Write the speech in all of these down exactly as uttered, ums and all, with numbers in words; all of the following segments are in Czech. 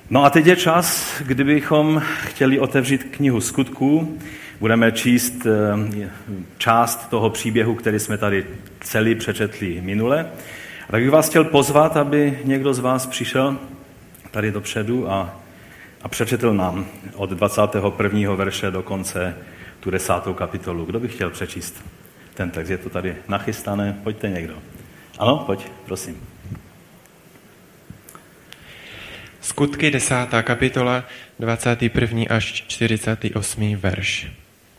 No a teď je čas, kdybychom chtěli otevřít knihu Skutků. Budeme číst část toho příběhu, který jsme tady celý přečetli minule. A tak bych vás chtěl pozvat, aby někdo z vás přišel tady dopředu a, a přečetl nám od dvacátého prvního verše do konce tu desátou kapitolu. Kdo by chtěl přečíst ten text? Je to tady nachystané? Pojďte někdo. Ano, pojď, prosím. Skutky desátá kapitola, dvacátý první až čtyřicátý osmý verš.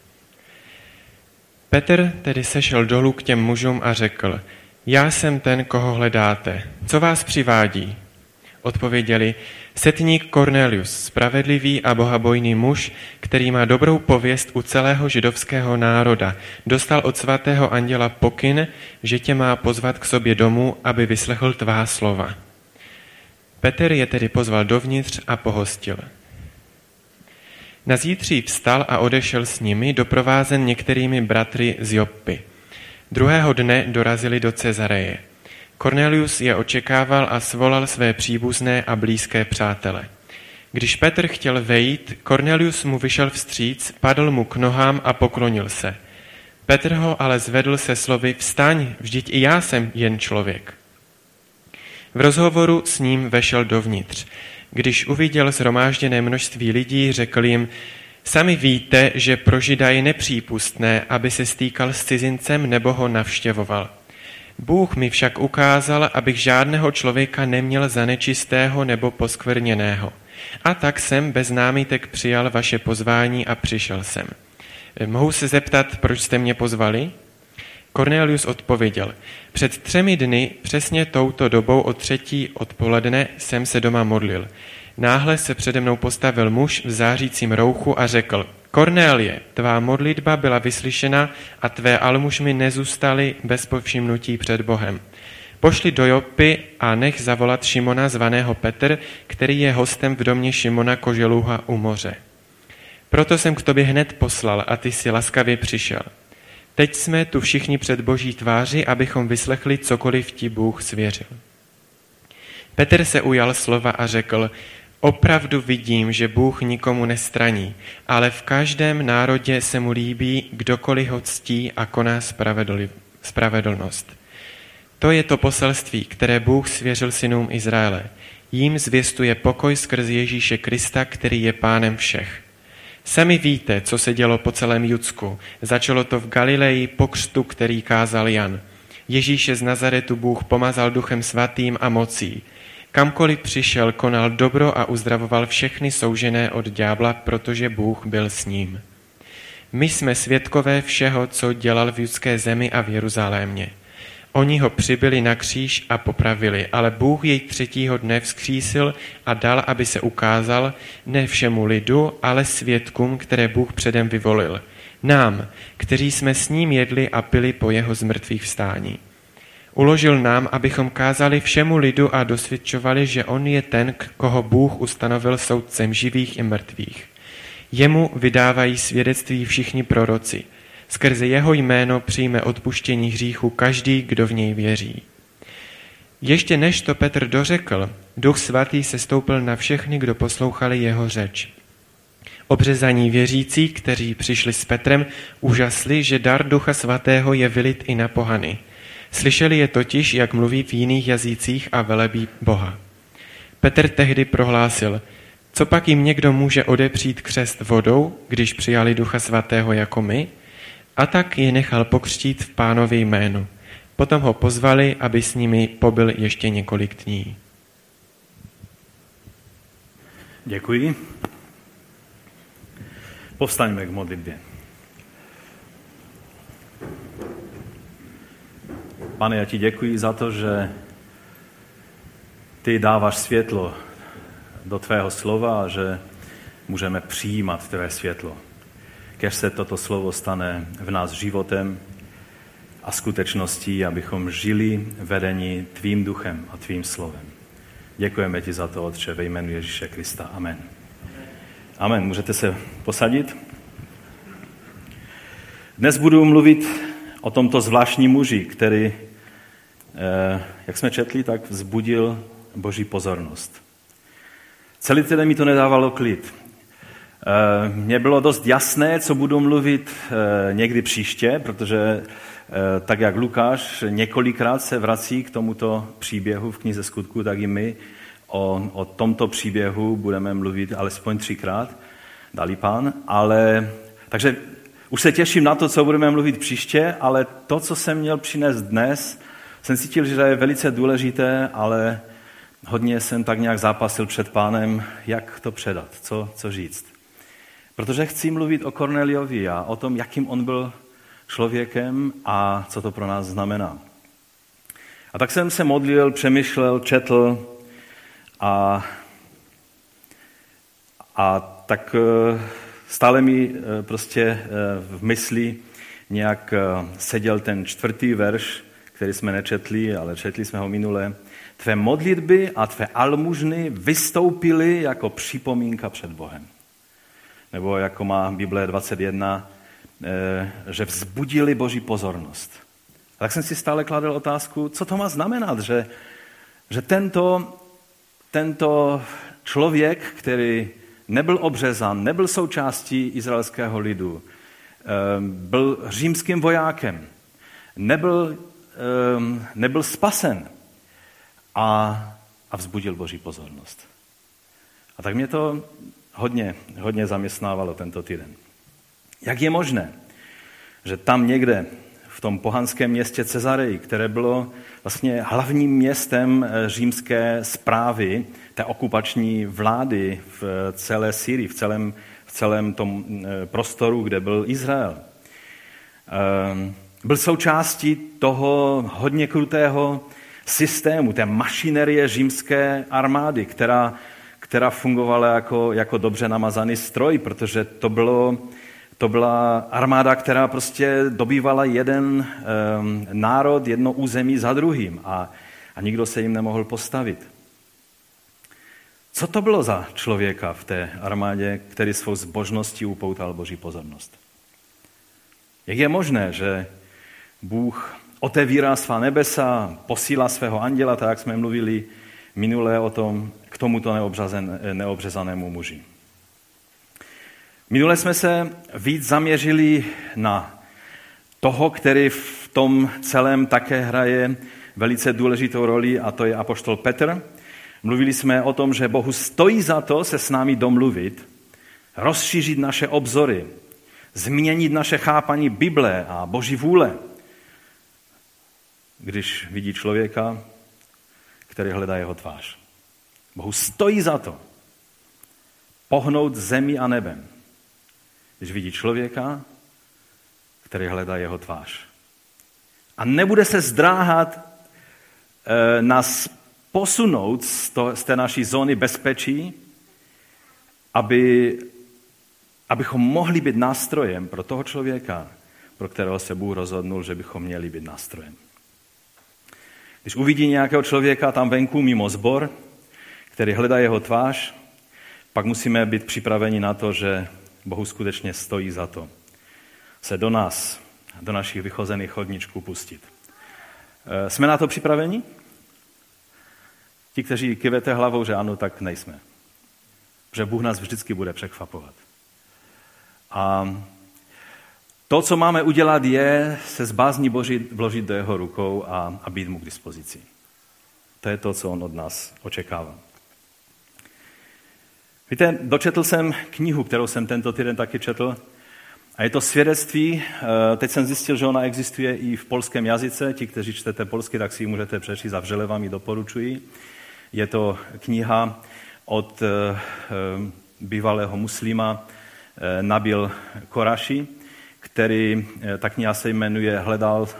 Petr tedy sešel dolů k těm mužům a řekl: Já jsem ten, koho hledáte. Co vás přivádí? Odpověděli: Setník Kornelius, spravedlivý a bohabojný muž, který má dobrou pověst u celého židovského národa, dostal od svatého anděla pokyn, že tě má pozvat k sobě domů, aby vyslechl tvá slova. Petr je tedy pozval dovnitř a pohostil. Nazítří vstal a odešel s nimi, doprovázen některými bratry z Joppy. Druhého dne dorazili do Cezareje. Kornelius je očekával a svolal své příbuzné a blízké přátele. Když Petr chtěl vejít, Kornelius mu vyšel vstříc, padl mu k nohám a poklonil se. Petr ho ale zvedl se slovy: Vstaň, vždyť i já jsem jen člověk. V rozhovoru s ním vešel dovnitř. Když uviděl shromážděné množství lidí, řekl jim: Sami víte, že pro Žida je nepřípustné, aby se stýkal s cizincem nebo ho navštěvoval. Bůh mi však ukázal, abych žádného člověka neměl za nečistého nebo poskvrněného. A tak jsem bez námitek přijal vaše pozvání a přišel jsem. Mohu se zeptat, proč jste mě pozvali? Kornelius odpověděl: Před třemi dny, přesně touto dobou o třetí odpoledne, jsem se doma modlil. Náhle se přede mnou postavil muž v zářícím rouchu a řekl: Kornélie, tvá modlitba byla vyslyšena a tvé almužny nezůstaly bez povšimnutí před Bohem. Pošli do Joppy a nech zavolat Šimona zvaného Petr, který je hostem v domě Šimona Koželuha u moře. Proto jsem k tobě hned poslal a ty si laskavě přišel. Teď jsme tu všichni před Boží tváři, abychom vyslechli cokoliv ti Bůh svěřil. Petr se ujal slova a řekl: Opravdu vidím, že Bůh nikomu nestraní, ale v každém národě se mu líbí, kdokoliv ho ctí a koná spravedlnost. To je to poselství, které Bůh svěřil synům Izraele. Jím zvěstuje pokoj skrz Ježíše Krista, který je pánem všech. Sami víte, co se dělo po celém Judsku. Začalo to v Galileji po křtu, který kázal Jan. Ježíše z Nazaretu Bůh pomazal duchem svatým a mocí. Kamkoliv přišel, konal dobro a uzdravoval všechny soužené od ďábla, protože Bůh byl s ním. My jsme svědkové všeho, co dělal v judské zemi a v Jeruzalémě. Oni ho přibili na kříž a popravili, ale Bůh jej třetího dne vzkřísil a dal, aby se ukázal ne všemu lidu, ale svědkům, které Bůh předem vyvolil. Nám, kteří jsme s ním jedli a pili po jeho zmrtvých vstání. Uložil nám, abychom kázali všemu lidu a dosvědčovali, že on je ten, koho Bůh ustanovil soudcem živých i mrtvých. Jemu vydávají svědectví všichni proroci. Skrze jeho jméno přijme odpuštění hříchu každý, kdo v něj věří. Ještě než to Petr dořekl, Duch svatý se stoupil na všechny, kdo poslouchali jeho řeč. Obřezaní věřící, kteří přišli s Petrem, úžasli, že dar Ducha svatého je vylit i na pohany. Slyšeli je totiž, jak mluví v jiných jazycích a velebí Boha. Petr tehdy prohlásil: Co pak jim někdo může odepřít křest vodou, když přijali Ducha svatého jako my? A tak je nechal pokřtít v Pánově jménu. Potom ho pozvali, aby s nimi pobyl ještě několik dní. Děkuji. Povstaňme k modlitbě. Pane, já ti děkuji za to, že ty dáváš světlo do tvého slova a že můžeme přijímat tvé světlo. Kež se toto slovo stane v nás životem a skutečností, abychom žili vedení tvým duchem a tvým slovem. Děkujeme ti za to, Otče, ve jménu Ježíše Krista. Amen. Amen. Můžete se posadit? Dnes budu mluvit o tomto zvláštním muži, který, jak jsme četli, tak vzbudil Boží pozornost. Celý týden mi to nedávalo klid. Mně bylo dost jasné, co budu mluvit někdy příště, protože tak jak Lukáš několikrát se vrací k tomuto příběhu v knize Skutků, tak i my o, o tomto příběhu budeme mluvit alespoň třikrát, dali Pán. Ale, takže už se těším na to, co budeme mluvit příště, ale to, co jsem měl přinést dnes, jsem cítil, že je velice důležité, ale hodně jsem tak nějak zápasil před Pánem, jak to předat, co, co říct. Protože chci mluvit o Korneliovi a o tom, jakým on byl člověkem a co to pro nás znamená. A tak jsem se modlil, přemýšlel, četl a, a tak stále mi prostě v mysli nějak seděl ten čtvrtý verš, který jsme nečetli, ale četli jsme ho minule. Tvé modlitby a tvé almužny vystoupily jako připomínka před Bohem. Nebo jako má Bible dvacet jedna, že vzbudili Boží pozornost. A tak jsem si stále kladl otázku, co to má znamenat, že, že tento, tento člověk, který nebyl obřezán, nebyl součástí izraelského lidu, byl římským vojákem, nebyl, nebyl spasen a, a vzbudil Boží pozornost. A tak mě to hodně, hodně zaměstnávalo tento týden. Jak je možné, že tam někde v tom pohanském městě Cezareji, které bylo vlastně hlavním městem římské správy, té okupační vlády v celé Syrii, v celém, v celém tom prostoru, kde byl Izrael, byl součástí toho hodně krutého systému, té mašinerie římské armády, která, která fungovala jako, jako dobře namazaný stroj, protože to bylo To byla armáda, která prostě dobývala jeden um, národ, jedno území za druhým a, a nikdo se jim nemohl postavit. Co to bylo za člověka v té armádě, který svou zbožností upoutal Boží pozornost? Jak je možné, že Bůh otevírá svá nebesa, posílá svého anděla, tak jak jsme mluvili minule o tom, k tomuto neobřezanému muži? Minule jsme se víc zaměřili na toho, který v tom celém také hraje velice důležitou roli, a to je apoštol Petr. Mluvili jsme o tom, že Bohu stojí za to se s námi domluvit, rozšířit naše obzory, změnit naše chápaní Bible a Boží vůle, když vidí člověka, který hledá jeho tvář. Bohu stojí za to pohnout zemí a nebem, když vidí člověka, který hledá jeho tvář. A nebude se zdráhat e, nás posunout z, to, z té naší zóny bezpečí, aby, abychom mohli být nástrojem pro toho člověka, pro kterého se Bůh rozhodnul, že bychom měli být nástrojem. Když uvidí nějakého člověka tam venku mimo sbor, který hledá jeho tvář, pak musíme být připraveni na to, že Bohu skutečně stojí za to se do nás, do našich vychozených chodníčků pustit. Jsme na to připraveni? Ti, kteří kivete hlavou, že ano, tak nejsme. Protože Bůh nás vždycky bude překvapovat. A to, co máme udělat, je se z bázní Boží vložit do jeho rukou a, a být mu k dispozici. To je to, co on od nás očekává. Víte, dočetl jsem knihu, kterou jsem tento týden taky četl, a je to svědectví. Teď jsem zjistil, že ona existuje i v polském jazyce. Ti, kteří čtete polsky, tak si ji můžete přečíst a vřele vám ji doporučuji. Je to kniha od bývalého muslima Nabil Koraši, který, ta kniha se jmenuje Hledal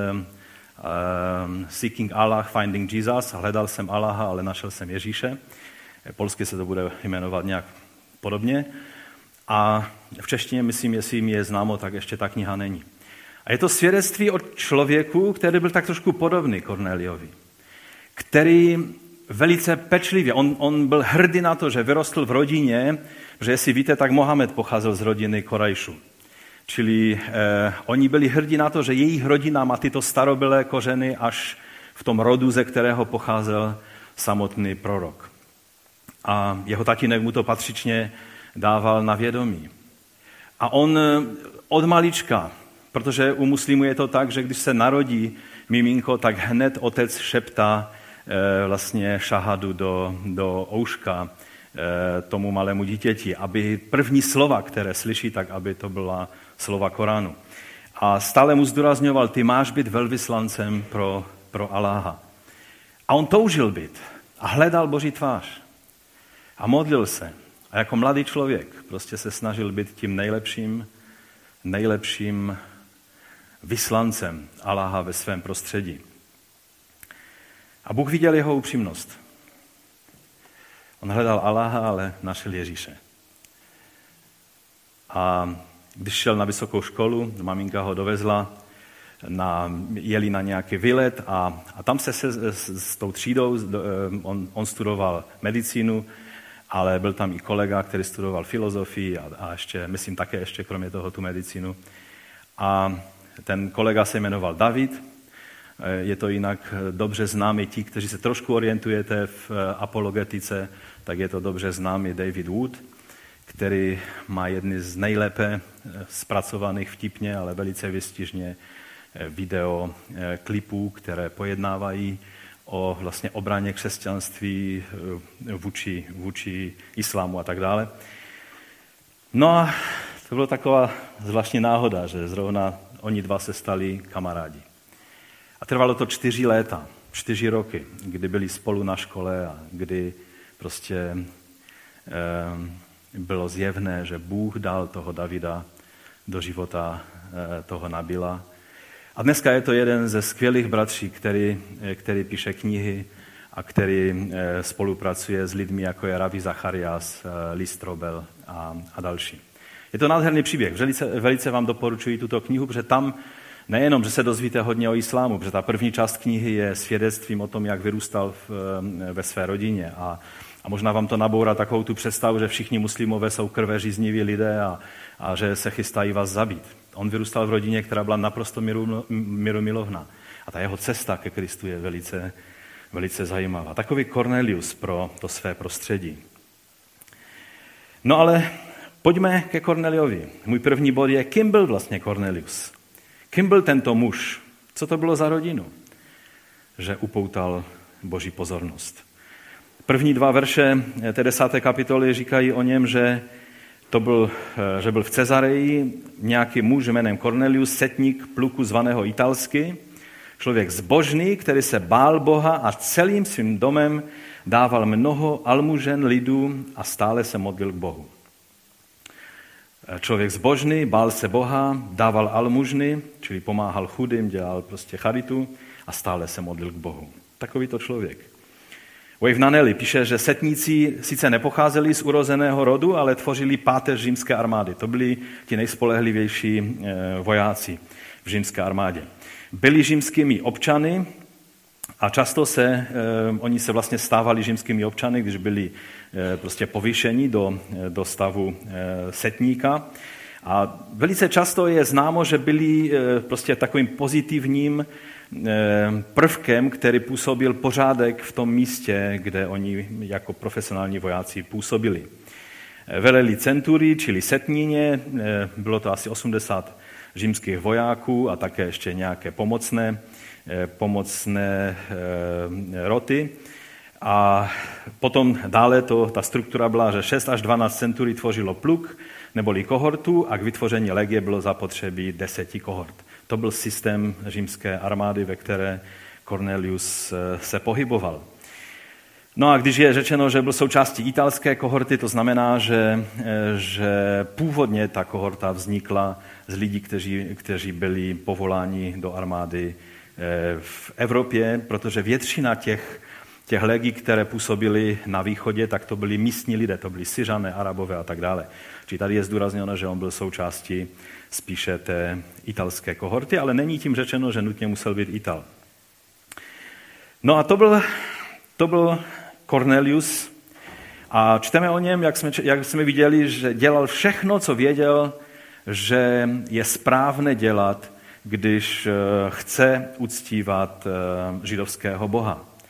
Seeking Allah, Finding Jesus. Hledal jsem Allaha, ale našel jsem Ježíše. Polsky se to bude jmenovat nějak podobně. A v češtině, myslím, jestli mi je známo, tak ještě ta kniha není. A je to svědectví o člověku, který byl tak trošku podobný Korneliovi, který velice pečlivě, on, on byl hrdý na to, že vyrostl v rodině, že jestli víte, tak Mohamed pocházel z rodiny Korajšů. Čili eh, oni byli hrdí na to, že jejich rodina má tyto starobylé kořeny až v tom rodu, ze kterého pocházel samotný prorok. a jeho tatínek mu to patřičně dával na vědomí. A on od malička, protože u muslimů je to tak, že když se narodí miminko, tak hned otec šeptá e, vlastně šahadu do, do ouška e, tomu malému dítěti, aby první slova, které slyší, tak aby to byla slova Koránu. A stále mu zdůrazňoval, ty máš být velvyslancem pro, pro Aláha. A on toužil být a hledal Boží tvář a modlil se. A jako mladý člověk prostě se snažil být tím nejlepším, nejlepším vyslancem Aláha ve svém prostředí. A Bůh viděl jeho upřímnost. On hledal Aláha, ale našel Ježíše. A když šel na vysokou školu, maminka ho dovezla, na, jeli na nějaký výlet a, a tam se, se s, s tou třídou, on, on studoval medicínu, ale byl tam i kolega, který studoval filozofii a, a ještě, myslím také ještě kromě toho tu medicínu. A ten kolega se jmenoval David, je to jinak dobře známý ti, kteří se trošku orientujete v apologetice, tak je to dobře známý David Wood, který má jedny z nejlépe zpracovaných vtipně, ale velice vystižně video klipů, které pojednávají o vlastně obraně křesťanství vůči, vůči islámu a tak dále. No a to byla taková zvláštní náhoda, že zrovna oni dva se stali kamarádi. A trvalo to čtyři léta, čtyři roky, kdy byli spolu na škole a kdy prostě eh, bylo zjevné, že Bůh dal toho Davida do života eh, toho Nabila. A dneska je to jeden ze skvělých bratří, který, který píše knihy a který eh, spolupracuje s lidmi, jako je Ravi Zacharias, eh, Lee Strobel a, a další. Je to nádherný příběh. Velice, velice vám doporučuji tuto knihu, protože tam nejenom, že se dozvíte hodně o islámu, protože ta první část knihy je svědectvím o tom, jak vyrůstal v, ve své rodině. A, a možná vám to nabourá takovou tu představu, že všichni muslimové jsou krveřízniví lidé a, a že se chystají vás zabít. On vyrůstal v rodině, která byla naprosto míru, mírumilovná. A ta jeho cesta ke Kristu je velice, velice zajímavá. Takový Cornelius pro to své prostředí. No ale pojďme ke Korneliovi. Můj první bod je, kým byl vlastně Cornelius? Kým byl tento muž? Co to bylo za rodinu? Že upoutal Boží pozornost. První dva verše té desáté kapitoly říkají o něm, že, to byl, že byl v Cezareji nějaký muž jménem Cornelius, setník pluku zvaného italsky, člověk zbožný, který se bál Boha a celým svým domem dával mnoho almužen lidu a stále se modlil k Bohu. Člověk zbožný, bál se Boha, dával almužny, čili pomáhal chudým, dělal prostě charitu a stále se modlil k Bohu. Takovýto člověk. Wave Nanelli píše, že setníci sice nepocházeli z urozeného rodu, ale tvořili páteř římské armády. To byli ti nejspolehlivější vojáci v římské armádě. Byli římskými občany a často se, eh, oni se vlastně stávali římskými občany, když byli eh, prostě povýšeni do, do stavu eh, setníka. A velice často je známo, že byli eh, prostě takovým pozitivním eh, prvkem, který působil pořádek v tom místě, kde oni jako profesionální vojáci působili. Veleli centurii, čili setníně, eh, bylo to asi osmdesát římských vojáků a také ještě nějaké pomocné, pomocné roty. A potom dále to, ta struktura byla, že šest až dvanáct centurí tvořilo pluk neboli kohortu a k vytvoření legie bylo zapotřebí deseti kohort. To byl systém římské armády, ve které Cornelius se pohyboval. No a když je řečeno, že byl součástí italské kohorty, to znamená, že, že původně ta kohorta vznikla z lidí, kteří, kteří byli povoláni do armády v Evropě, protože většina těch, těch legií, které působily na východě, tak to byli místní lidé, to byli Syřané, Arabové a tak dále. Čili tady je zdůrazněno, že on byl součástí spíše té italské kohorty, ale není tím řečeno, že nutně musel být Ital. No a to byl, to byl Cornelius a čteme o něm, jak jsme, jak jsme viděli, že dělal všechno, co věděl, že je správné dělat, když chce uctívat židovského boha.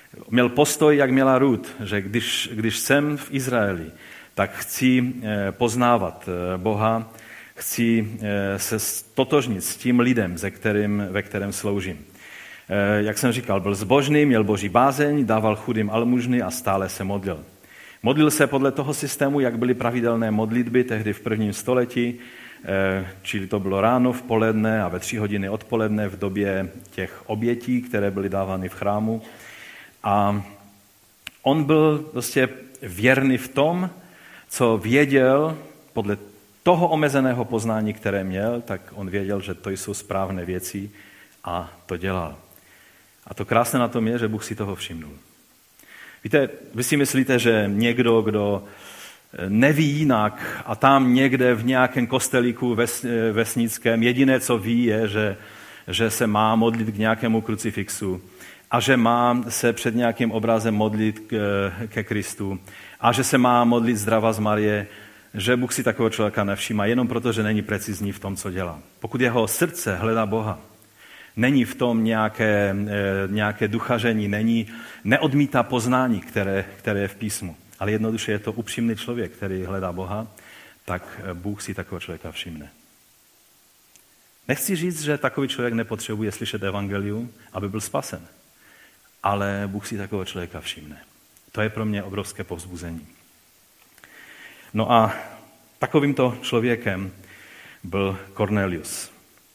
Měl postoj, jak měla Rut, že když, když jsem v Izraeli, tak chci poznávat Boha, chci se stotožnit s tím lidem, ze kterým, ve kterém sloužím. Jak jsem říkal, byl zbožný, měl boží bázeň, dával chudým almužny a stále se modlil. Modlil se podle toho systému, jak byly pravidelné modlitby tehdy v prvním století, čili to bylo ráno, v poledne a ve tři hodiny odpoledne v době těch obětí, které byly dávány v chrámu. A on byl prostě věrný v tom, co věděl podle toho omezeného poznání, které měl, tak on věděl, že to jsou správné věci a to dělal. A to krásné na tom je, že Bůh si toho všimnul. Víte, vy si myslíte, že někdo, kdo neví jinak a tam někde v nějakém kostelíku ves, vesnickém, jediné, co ví, je, že, že se má modlit k nějakému krucifixu a že má se před nějakým obrazem modlit k, ke Kristu a že se má modlit zdravá z Marie, že Bůh si takového člověka nevšímá jenom proto, že není precizní v tom, co dělá. Pokud jeho srdce hledá Boha, není v tom nějaké, nějaké duchaření, není, neodmítá poznání, které, které je v písmu, ale jednoduše je to upřímný člověk, který hledá Boha, tak Bůh si takového člověka všimne. Nechci říct, že takový člověk nepotřebuje slyšet evangelium, aby byl spasen, ale Bůh si takového člověka všimne. To je pro mě obrovské povzbuzení. No a takovýmto člověkem byl Kornelius.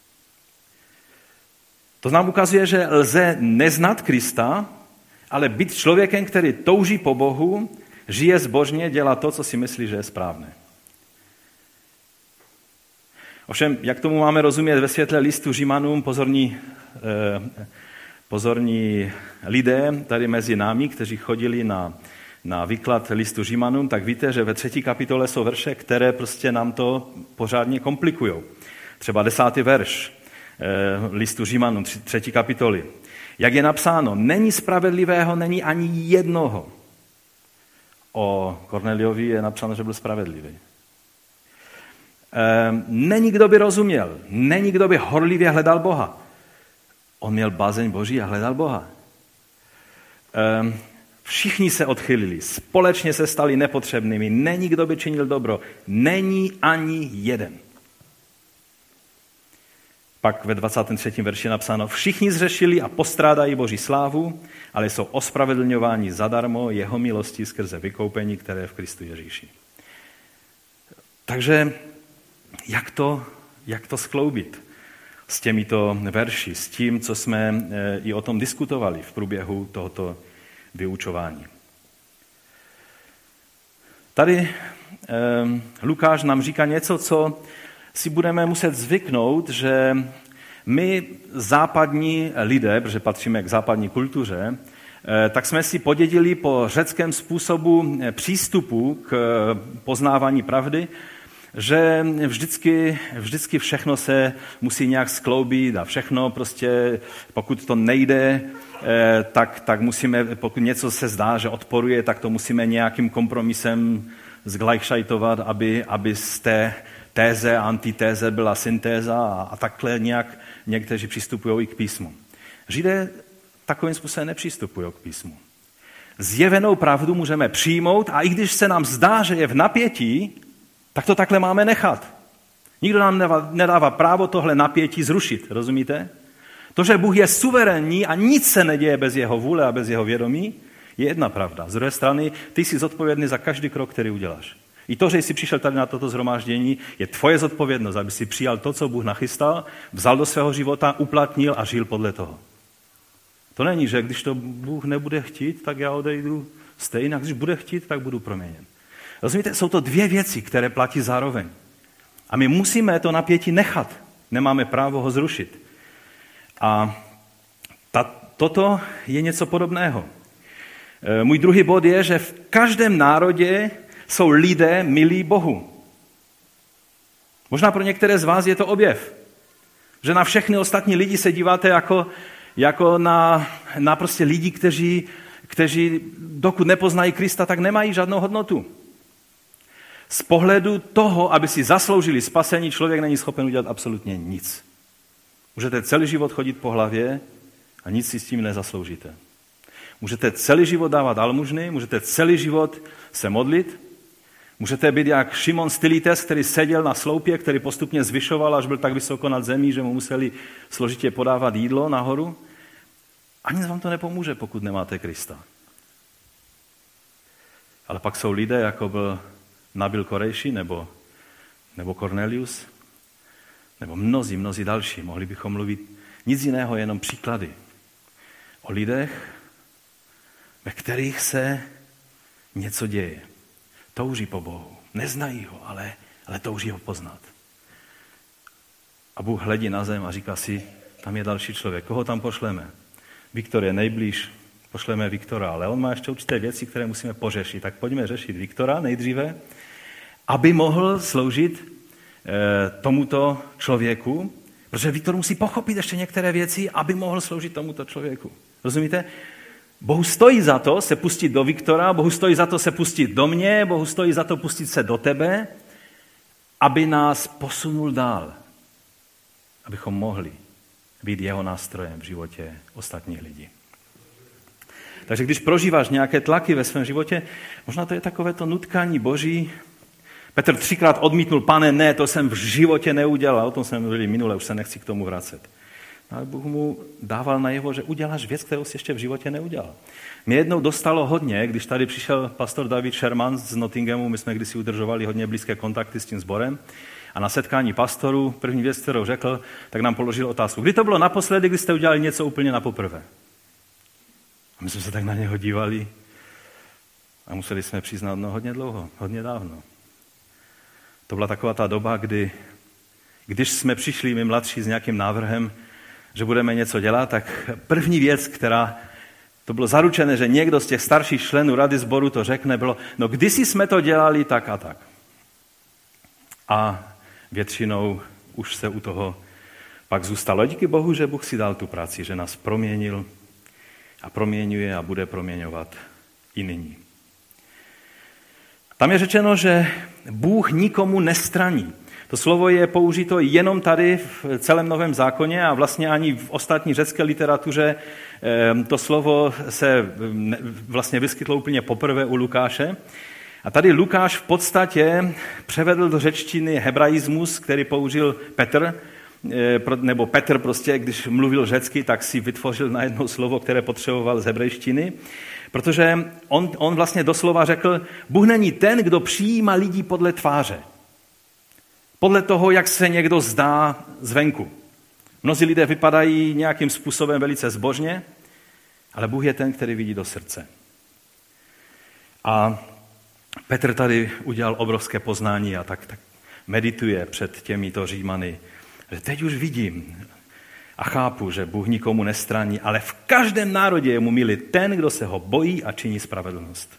To nám ukazuje, že lze neznat Krista, ale být člověkem, který touží po Bohu, žije zbožně, dělá to, co si myslí, že je správné. Ovšem, jak tomu máme rozumět ve světle listu Římanům, pozorní, eh, pozorní lidé tady mezi námi, kteří chodili na, na výklad listu Římanům, tak víte, že ve třetí kapitole jsou verše, které prostě nám to pořádně komplikují. Třeba desátý verš listu Římanům, třetí kapitoly. Jak je napsáno, není spravedlivého, není ani jednoho. O Korneliovi je napsáno, že byl spravedlivý. Není kdo by rozuměl, není kdo by horlivě hledal Boha. On měl bázeň Boží a hledal Boha. Všichni se odchylili, společně se stali nepotřebnými, není kdo by činil dobro, není ani jeden. Pak ve dvacátém třetím verši je napsáno, všichni zřešili a postrádají Boží slávu, ale jsou ospravedlňováni zadarmo jeho milostí skrze vykoupení, které je v Kristu Ježíši. Takže jak to, jak to skloubit s těmito verši, s tím, co jsme i o tom diskutovali v průběhu tohoto vyučování. Tady eh, Lukáš nám říká něco, co si budeme muset zvyknout, že my západní lidé, protože patříme k západní kultuře, tak jsme si podědili po řeckém způsobu přístupu k poznávání pravdy, že vždycky, vždycky všechno se musí nějak skloubit a všechno prostě, pokud to nejde, tak, tak musíme, pokud něco se zdá, že odporuje, tak to musíme nějakým kompromisem zglajšajtovat, aby, aby z té téze a antitéze byla syntéza a, a takhle nějak někteří přistupují i k písmu. Židé takovým způsobem nepřistupují k písmu. Zjevenou pravdu můžeme přijmout a i když se nám zdá, že je v napětí, tak to takhle máme nechat. Nikdo nám nedává právo tohle napětí zrušit, rozumíte? To, že Bůh je suverénní a nic se neděje bez jeho vůle a bez jeho vědomí, je jedna pravda. Z druhé strany, ty jsi zodpovědný za každý krok, který uděláš. I to, že jsi přišel tady na toto shromáždění, je tvoje zodpovědnost, aby si přijal to, co Bůh nachystal, vzal do svého života, uplatnil a žil podle toho. To není, že když to Bůh nebude chtít, tak já odejdu stejně, a když bude chtít, tak budu proměněn. Rozumíte, jsou to dvě věci, které platí zároveň. A my musíme to napětí nechat. Nemáme právo ho zrušit. A ta, toto je něco podobného. E, můj druhý bod je, že v každém národě jsou lidé milí Bohu. Možná pro některé z vás je to objev. Že na všechny ostatní lidi se díváte jako, jako na, na prostě lidi, kteří, kteří dokud nepoznají Krista, tak nemají žádnou hodnotu. Z pohledu toho, aby si zasloužili spasení, člověk není schopen udělat absolutně nic. Můžete celý život chodit po hlavě a nic si s tím nezasloužíte. Můžete celý život dávat almužny, můžete celý život se modlit, můžete být jak Šimon Stylites, který seděl na sloupě, který postupně zvyšoval, až byl tak vysoko nad zemí, že mu museli složitě podávat jídlo nahoru. A nic vám to nepomůže, pokud nemáte Krista. Ale pak jsou lidé, jako byl Nabil Korejši, nebo, nebo Cornelius, nebo mnozí, mnozí další. Mohli bychom mluvit nic jiného, jenom příklady o lidech, ve kterých se něco děje. Touží po Bohu. Neznají ho, ale, ale touží ho poznat. A Bůh hledí na zem a říká si, tam je další člověk. Koho tam pošleme? Viktor je nejblíž, pošleme Viktora, ale on má ještě určité věci, které musíme pořešit. Tak pojďme řešit Viktora nejdříve, aby mohl sloužit e, tomuto člověku, protože Viktor musí pochopit ještě některé věci, aby mohl sloužit tomuto člověku. Rozumíte? Bohu stojí za to se pustit do Viktora, Bohu stojí za to se pustit do mě, Bohu stojí za to pustit se do tebe, aby nás posunul dál, abychom mohli být jeho nástrojem v životě ostatních lidí. Takže když prožíváš nějaké tlaky ve svém životě, možná to je takové to nutkání Boží. Petr třikrát odmítnul, pane, ne, to jsem v životě neudělal, o tom jsme mluvili minule, už se nechci k tomu vracet. Ale Bůh mu dával najevo, že uděláš věc, kterou jsi ještě v životě neudělal. Mě jednou dostalo hodně, když tady přišel pastor David Sherman z Nottinghamu, my jsme kdysi udržovali hodně blízké kontakty s tím sborem, a na setkání pastorů první věc, kterou řekl, tak nám položil otázku. Kdy to bylo naposledy, kdy jste udělali něco úplně napoprvé? A my jsme se tak na něho dívali a museli jsme přiznat, no hodně dlouho, hodně dávno. To byla taková ta doba, kdy, když jsme přišli my mladší s nějakým návrhem, že budeme něco dělat, tak první věc, která, to bylo zaručené, že někdo z těch starších členů rady sboru to řekne, bylo, no kdysi jsme to dělali tak a tak. A většinou už se u toho pak zůstalo. Díky Bohu, že Bůh si dal tu práci, že nás proměnil a proměňuje a bude proměňovat i nyní. Tam je řečeno, že Bůh nikomu nestraní. To slovo je použito jenom tady v celém Novém zákoně a vlastně ani v ostatní řecké literatuře to slovo se vlastně vyskytlo úplně poprvé u Lukáše. A tady Lukáš v podstatě převedl do řečtiny hebraismus, který použil Petr, nebo Petr prostě, když mluvil řecky, tak si vytvořil na jedno slovo, které potřeboval z hebrejštiny, protože on, on vlastně doslova řekl, Bůh není ten, kdo přijímá lidi podle tváře. Podle toho, jak se někdo zdá zvenku. Mnozí lidé vypadají nějakým způsobem velice zbožně, ale Bůh je ten, který vidí do srdce. A Petr tady udělal obrovské poznání a tak, tak medituje před těmito Římany, že teď už vidím a chápu, že Bůh nikomu nestraní, ale v každém národě je mu milý ten, kdo se ho bojí a činí spravedlnost.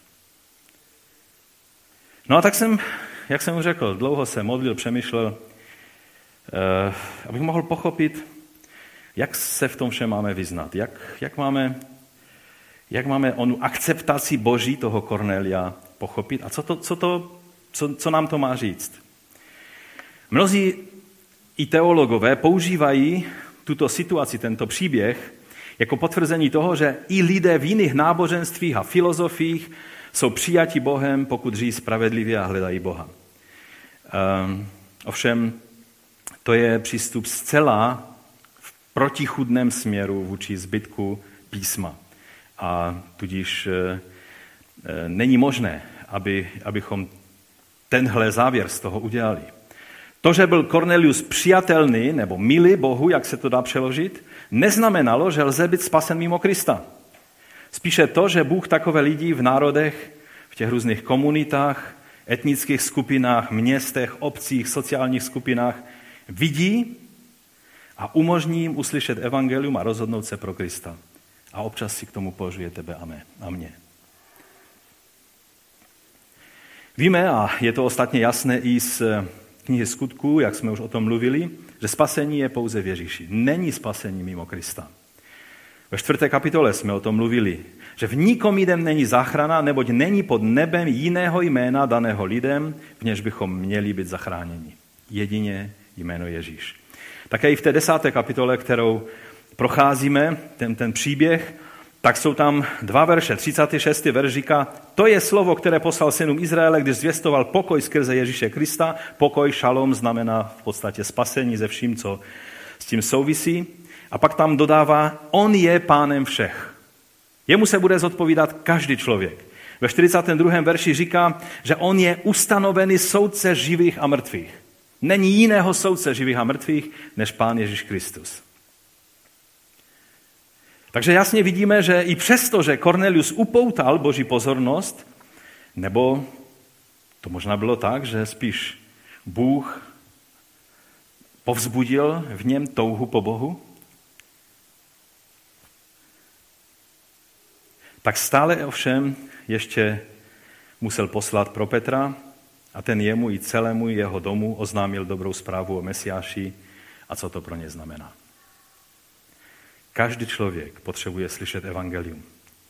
No a tak jsem, jak jsem už řekl, dlouho se modlil, přemýšlel, eh, abych mohl pochopit, jak se v tom všem máme vyznat, jak, jak, máme, jak máme onu akceptaci Boží toho Kornelia pochopit a co, to, co, to, co, co nám to má říct. Mnozí i teologové používají tuto situaci, tento příběh, jako potvrzení toho, že i lidé v jiných náboženstvích a filozofiích jsou přijati Bohem, pokud žijí spravedlivě a hledají Boha. Um, ovšem, to je přístup zcela v protichůdném směru vůči zbytku písma. A tudíž e, e, není možné, aby, abychom tenhle závěr z toho udělali. To, že byl Kornelius přijatelný nebo milý Bohu, jak se to dá přeložit, neznamenalo, že lze být spasen mimo Krista. Spíše to, že Bůh takové lidi v národech, v těch různých komunitách, etnických skupinách, městech, obcích, sociálních skupinách vidí a umožní jim uslyšet evangelium a rozhodnout se pro Krista. A občas si k tomu požuje tebe a mě. Víme, a je to ostatně jasné i z knihy Skutků, jak jsme už o tom mluvili, že spasení je pouze v Ježíši. Není spasení mimo Krista. Ve čtvrté kapitole jsme o tom mluvili, že v nikom jiném není záchrana, neboť není pod nebem jiného jména daného lidem, v něž bychom měli být zachráněni. Jedině jméno Ježíš. Také i v té desáté kapitole, kterou procházíme, ten, ten příběh, tak jsou tam dva verše. třicátý šestý verš říká, to je slovo, které poslal synům Izraele, když zvěstoval pokoj skrze Ježíše Krista. Pokoj, šalom, znamená v podstatě spasení ze vším, co s tím souvisí. A pak tam dodává, on je pánem všech. Jemu se bude zodpovídat každý člověk. Ve čtyřicátém druhém verši říká, že on je ustanovený soudce živých a mrtvých. Není jiného soudce živých a mrtvých, než Pán Ježíš Kristus. Takže jasně vidíme, že i přesto, že Kornelius upoutal Boží pozornost, nebo to možná bylo tak, že spíš Bůh povzbudil v něm touhu po Bohu, tak stále ovšem ještě musel poslat pro Petra a ten jemu i celému jeho domu oznámil dobrou zprávu o Mesiáši a co to pro ně znamená. Každý člověk potřebuje slyšet evangelium.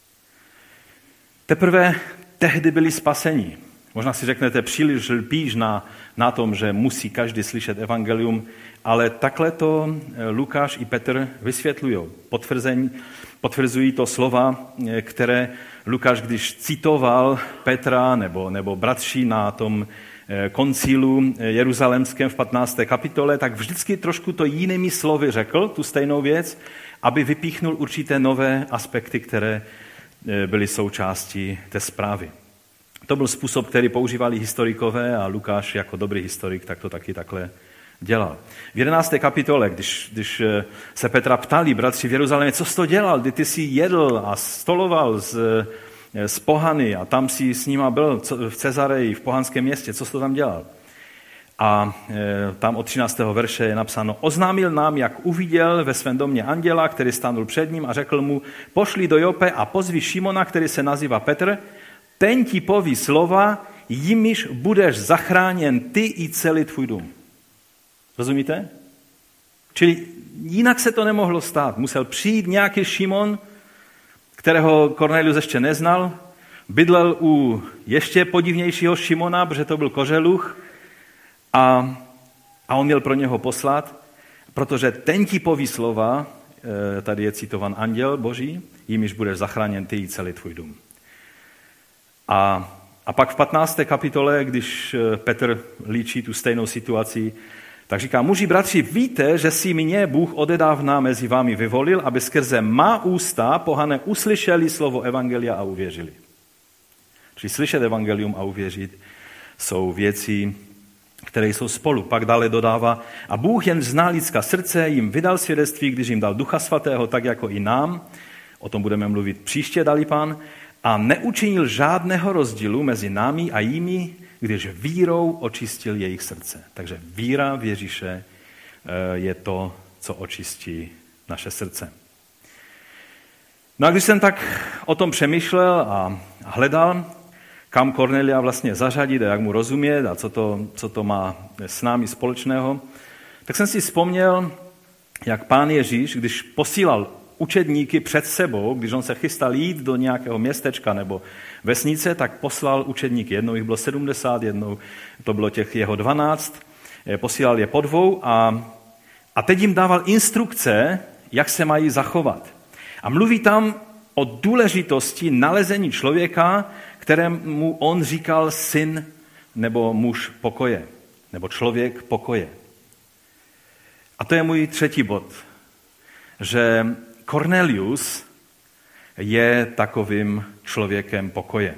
Teprve tehdy byli spaseni. Možná si řeknete, příliš lpíš na, na tom, že musí každý slyšet evangelium, ale takhle to Lukáš i Petr vysvětlují. Potvrzují to slova, které Lukáš, když citoval Petra nebo, nebo bratří na tom koncilu jeruzalémském v patnácté kapitole, tak vždycky trošku to jinými slovy řekl, tu stejnou věc, aby vypíchnul určité nové aspekty, které byly součástí té zprávy. To byl způsob, který používali historikové a Lukáš jako dobrý historik tak to taky takhle dělal. V jedenácté kapitole, když, když se Petra ptali bratři v Jeruzalémě, co jsi to dělal, kdy ty jsi jedl a stoloval z, z pohany a tam si s nima byl v Cezareji, v pohanském městě, co jsi to tam dělal? A e, tam od třináctého verše je napsáno, oznámil nám, jak uviděl ve svém domě anděla, který stánul před ním a řekl mu, pošli do Jope a pozvi Šimona, který se nazývá Petr, ten ti poví slova, jimiž budeš zachráněn ty i celý tvůj dům. Rozumíte? Čili jinak se to nemohlo stát. Musel přijít nějaký Šimon, kterého Kornelius ještě neznal, bydlel u ještě podivnějšího Šimona, protože to byl koželuch, a, a on měl pro něho poslat, protože ten ti poví slova, tady je citovan anděl Boží, jimiž budeš zachráněn ty i celý tvůj dům. A, a pak v patnácté kapitole, když Petr líčí tu stejnou situaci, tak říká, muži, bratři, víte, že si mě Bůh odedávna mezi vámi vyvolil, aby skrze má ústa pohané uslyšeli slovo evangelia a uvěřili. Čili slyšet evangelium a uvěřit jsou věci, které jsou spolu. Pak dále dodává, a Bůh jen zná lidská srdce, jim vydal svědectví, když jim dal Ducha Svatého, tak jako i nám, o tom budeme mluvit příště, dali Pán, a neučinil žádného rozdílu mezi námi a jimi, když vírou očistil jejich srdce. Takže víra v Ježíše je to, co očistí naše srdce. No a když jsem tak o tom přemýšlel a hledal, kam Kornelia vlastně zařadit a jak mu rozumět a co to, co to má s námi společného, tak jsem si vzpomněl, jak Pán Ježíš, když posílal učedníky před sebou, když on se chystal jít do nějakého městečka nebo vesnice, tak poslal učedníky. Jednou jich bylo sedmdesát, jednou to bylo těch jeho dvanáct, posílal je po dvou a, a teď jim dával instrukce, jak se mají zachovat. A mluví tam o důležitosti nalezení člověka, kterému on říkal syn nebo muž pokoje, nebo člověk pokoje. A to je můj třetí bod, že Kornelius je takovým člověkem pokoje.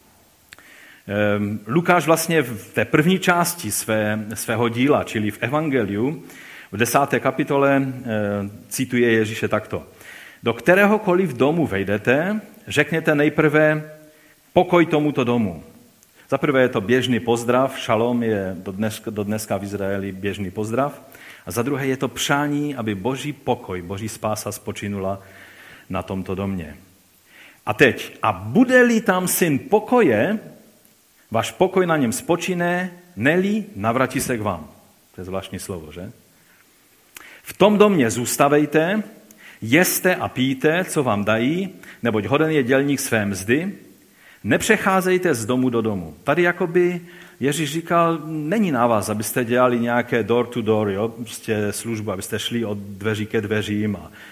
Lukáš vlastně v té první části své, svého díla, čili v Evangeliu, v desáté kapitole cituje Ježíše takto. Do kteréhokoliv domu vejdete, řekněte nejprve pokoj tomuto domu. Za prvé je to běžný pozdrav, šalom je do dneska, do dneska v Izraeli běžný pozdrav. A za druhé je to přání, aby Boží pokoj, Boží spása spočinula na tomto domě. A teď, a bude-li tam syn pokoje, váš pokoj na něm spočine, ne-li, navratí se k vám. To je zvláštní slovo, že? V tom domě zůstavejte, jeste a pijte, co vám dají, neboť hoden je dělník své mzdy, nepřecházejte z domu do domu. Tady jakoby Ježíš říkal, není na vás, abyste dělali nějaké door to door, jo, prostě službu, abyste šli od dveří ke dveřím a,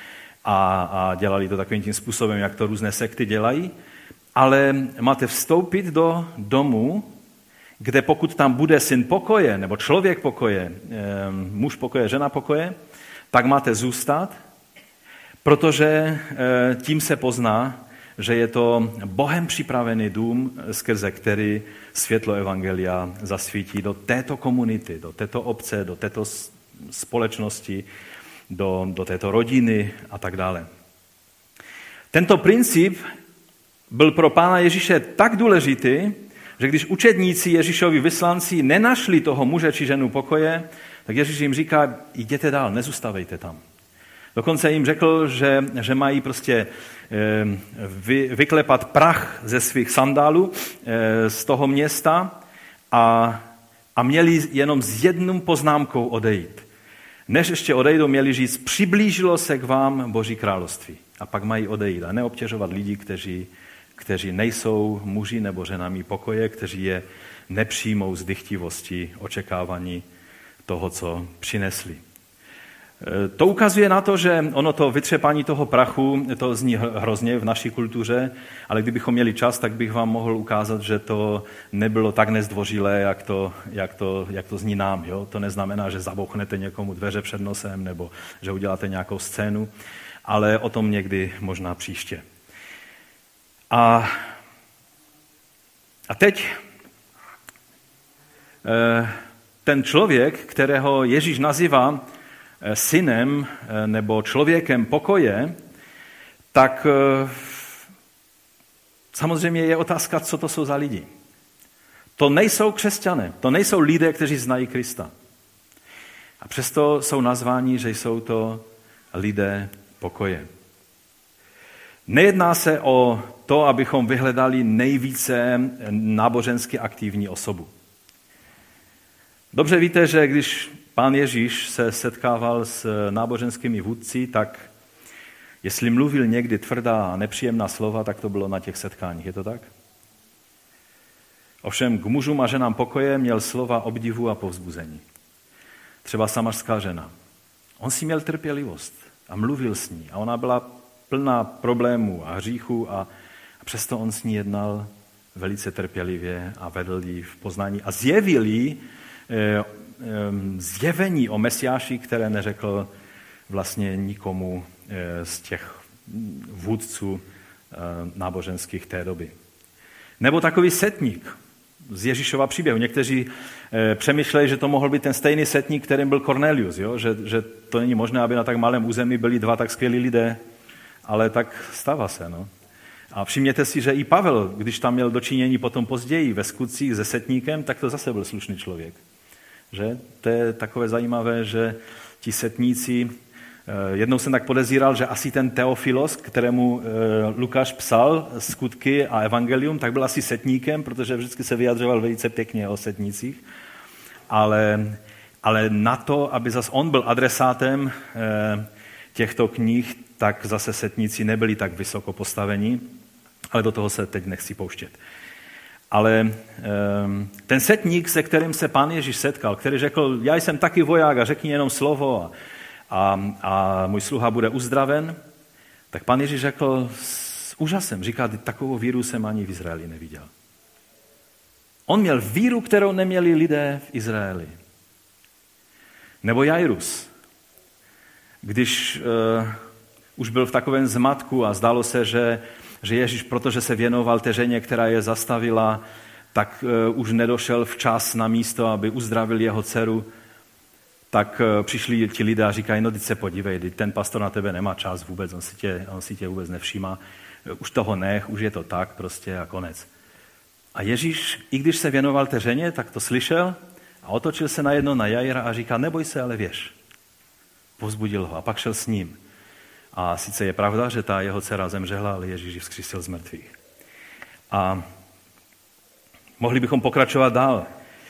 a, a dělali to takovým tím způsobem, jak to různé sekty dělají, ale máte vstoupit do domu, kde pokud tam bude syn pokoje, nebo člověk pokoje, muž pokoje, žena pokoje, tak máte zůstat, protože tím se pozná, že je to Bohem připravený dům, skrze který světlo evangelia zasvítí do této komunity, do této obce, do této společnosti, do, do této rodiny a tak dále. Tento princip byl pro Pána Ježíše tak důležitý, že když učedníci Ježíšovi vyslanci nenašli toho muže či ženu pokoje, tak Ježíš jim říká, jděte dál, nezůstavejte tam. Dokonce jim řekl, že, že mají prostě vy, vyklepat prach ze svých sandálů z toho města a, a měli jenom s jednou poznámkou odejít. Než ještě odejdou, měli říct, přiblížilo se k vám Boží království. A pak mají odejít a neobtěžovat lidi, kteří, kteří nejsou muži nebo ženami pokoje, kteří je nepřijmou z dychtivosti očekávání toho, co přinesli. To ukazuje na to, že ono to vytřepání toho prachu, to zní hrozně v naší kultuře, ale kdybychom měli čas, tak bych vám mohl ukázat, že to nebylo tak nezdvořilé, jak to, jak to, jak to zní nám. Jo? To neznamená, že zabouchnete někomu dveře před nosem nebo že uděláte nějakou scénu, ale o tom někdy možná příště. A, a teď ten člověk, kterého Ježíš nazývá synem nebo člověkem pokoje, tak samozřejmě je otázka, co to jsou za lidi. To nejsou křesťané, to nejsou lidé, kteří znají Krista. A přesto jsou nazváni, že jsou to lidé pokoje. Nejedná se o to, abychom vyhledali nejvíce nábožensky aktivní osobu. Dobře víte, že když Pán Ježíš se setkával s náboženskými vůdci, tak jestli mluvil někdy tvrdá a nepříjemná slova, tak to bylo na těch setkáních. Je to tak? Ovšem k mužům a ženám pokoje měl slova obdivu a povzbuzení. Třeba samařská žena. On si měl trpělivost a mluvil s ní a ona byla plná problémů a hříchů a, a přesto on s ní jednal velice trpělivě a vedl jí v poznání a zjevil jí eh, zjevení o Mesiáši, které neřekl vlastně nikomu z těch vůdců náboženských té doby. Nebo takový setník z Ježíšova příběhu. Někteří přemýšlejí, že to mohl být ten stejný setník, kterým byl Cornelius, jo? Že, že to není možné, aby na tak malém území byli dva tak skvělí lidé, ale tak stává se. No. A všimněte si, že i Pavel, když tam měl dočinění potom později ve skutcích se setníkem, tak to zase byl slušný člověk. Že? To je takové zajímavé, že ti setníci, jednou jsem tak podezíral, že asi ten Teofilos, kterému Lukáš psal skutky a evangelium, tak byl asi setníkem, protože vždycky se vyjadřoval velice pěkně o setnících, ale, ale na to, aby zase on byl adresátem těchto knih, tak zase setníci nebyli tak vysoko postaveni, ale do toho se teď nechci pouštět. Ale ten setník, se kterým se Pán Ježíš setkal, který řekl, já jsem taky voják a řekni jenom slovo a, a, a můj sluha bude uzdraven, tak Pán Ježíš řekl s úžasem, říká, takovou víru jsem ani v Izraeli neviděl. On měl víru, kterou neměli lidé v Izraeli. Nebo Jairus, když uh, už byl v takovém zmatku a zdálo se, že že Ježíš, protože se věnoval té ženě, která je zastavila, tak uh, už nedošel včas na místo, aby uzdravil jeho dceru, tak uh, přišli ti lidé a říkají, no teď se podívej, ten pastor na tebe nemá čas vůbec, on si tě, on si tě vůbec nevšímá, už toho nech, už je to tak prostě a konec. A Ježíš, i když se věnoval té ženě, tak to slyšel a otočil se najednou na Jaira a říká, neboj se, ale věř. Povzbudil ho a pak šel s ním. A sice je pravda, že ta jeho dcera zemřela, ale Ježíš ji vzkřísil z mrtvých. A mohli bychom pokračovat dál,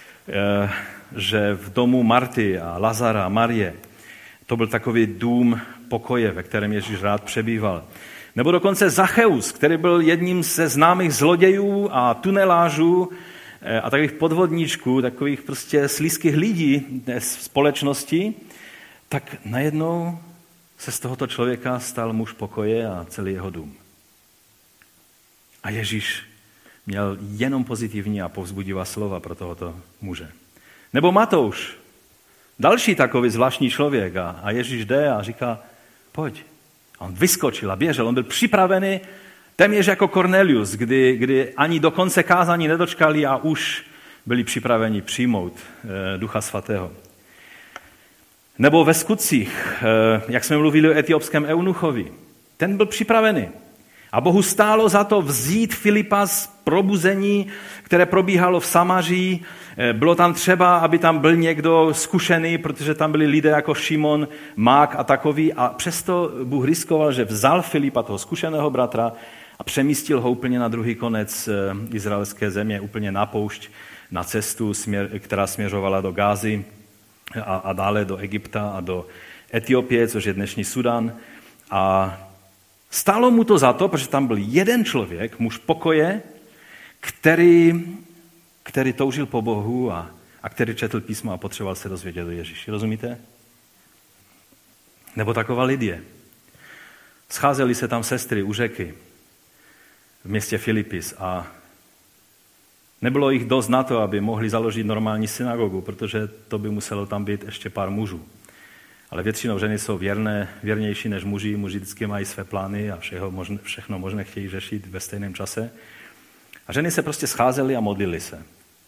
že v domu Marty a Lazara a Marie to byl takový dům pokoje, ve kterém Ježíš rád přebýval. Nebo dokonce Zacheus, který byl jedním ze známých zlodějů a tunelářů a takových podvodníčků, takových prostě slízkých lidí v společnosti, tak najednou se z tohoto člověka stal muž pokoje a celý jeho dům. A Ježíš měl jenom pozitivní a povzbudivá slova pro tohoto muže. Nebo Matouš, další takový zvláštní člověk. A, a Ježíš jde a říká, pojď. A on vyskočil a běžel. On byl připravený téměř jako Kornelius, kdy, kdy ani do konce kázání nedočkali a už byli připraveni přijmout e, Ducha Svatého. Nebo ve skutcích, e, jak jsme mluvili o etiopském eunuchovi. Ten byl připravený. A Bohu stálo za to vzít Filipa z probuzení, které probíhalo v Samaří. Bylo tam třeba, aby tam byl někdo zkušený, protože tam byli lidé jako Šimon, Mák a takový. A přesto Bůh riskoval, že vzal Filipa, toho zkušeného bratra, a přemístil ho úplně na druhý konec izraelské země, úplně na poušť, na cestu, která směřovala do Gázy a, a dále do Egypta a do Etiopie, což je dnešní Sudan. A stálo mu to za to, protože tam byl jeden člověk, muž pokoje, který, který toužil po Bohu a, a který četl písmo a potřeboval se dozvědět o Ježíši. Rozumíte? Nebo taková Lidie. Scházeli se tam sestry u řeky v městě Filipis a nebylo jich dost na to, aby mohli založit normální synagogu, protože to by muselo tam být ještě pár mužů. Ale většinou ženy jsou věrné, věrnější než muži. Muži vždycky mají své plány a všechno možné, všechno možné chtějí řešit ve stejném čase. A ženy se prostě scházely a modlily se.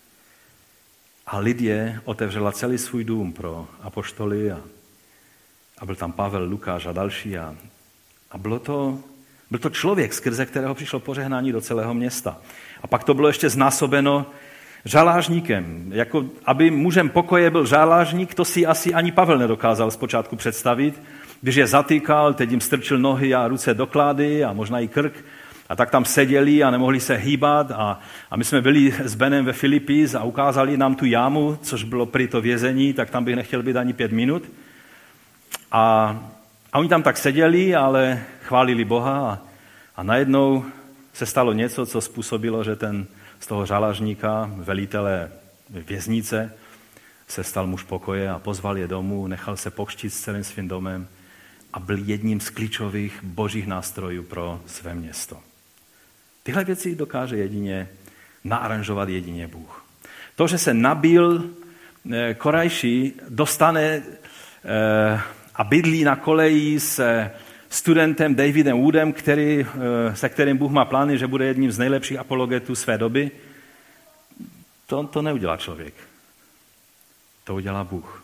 A Lidie otevřela celý svůj dům pro apoštoly a, a byl tam Pavel, Lukáš a další. A, a bylo to, byl to člověk, skrze kterého přišlo požehnání do celého města. A pak to bylo ještě znásobeno žalářníkem. Jako, aby mužem pokoje byl žalářník, to si asi ani Pavel nedokázal zpočátku představit. Když je zatýkal, teď jim strčil nohy a ruce do klády a možná i krk. A tak tam seděli a nemohli se hýbat. A, a my jsme byli s Benem ve Filipis a ukázali nám tu jámu, což bylo prý to vězení, tak tam bych nechtěl být ani pět minut. A, a oni tam tak seděli, ale chválili Boha. A, a najednou se stalo něco, co způsobilo, že ten z toho žalářníka, velitele věznice, se stal muž pokoje a pozval je domů, nechal se pokřtít s celým svým domem a byl jedním z klíčových božích nástrojů pro své město. Tyhle věci dokáže jedině naaranžovat jedině Bůh. To, že se Nabil Korajší dostane a bydlí na koleji se studentem Davidem Woodem, který, se kterým Bůh má plány, že bude jedním z nejlepších apologetů své doby, to, to neudělá člověk. To udělá Bůh.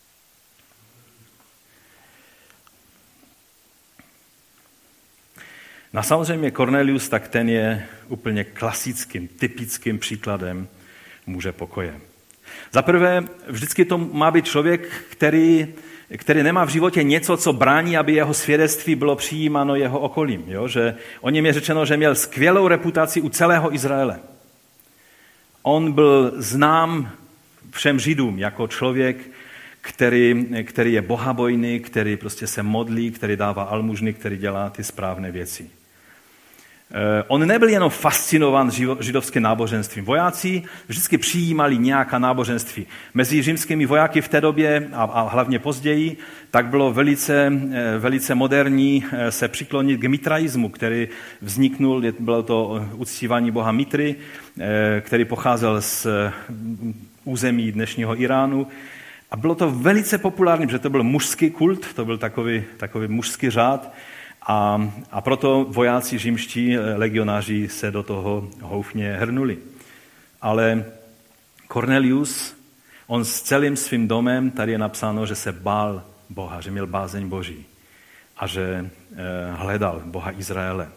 No samozřejmě Kornelius, tak ten je úplně klasickým, typickým příkladem muže pokoje. Za prvé, vždycky to má být člověk, který který nemá v životě něco, co brání, aby jeho svědectví bylo přijímáno jeho okolím. Jo? Že o něm je řečeno, že měl skvělou reputaci u celého Izraele. On byl znám všem Židům jako člověk, který, který je bohabojný, který prostě se modlí, který dává almužny, který dělá ty správné věci. On nebyl jenom fascinován židovským náboženstvím. Vojáci vždycky přijímali nějaká náboženství. Mezi římskými vojáky v té době a, a hlavně později, tak bylo velice, velice moderní se přiklonit k mitraismu, který vzniknul, bylo to uctívání boha Mitry, který pocházel z území dnešního Iránu. A bylo to velice populární, protože to byl mužský kult, to byl takový, takový mužský řád. A, a proto vojáci římští, legionáři se do toho houfně hrnuli. Ale Kornelius, on s celým svým domem, tady je napsáno, že se bál Boha, že měl bázeň Boží a že eh, hledal Boha Izraele.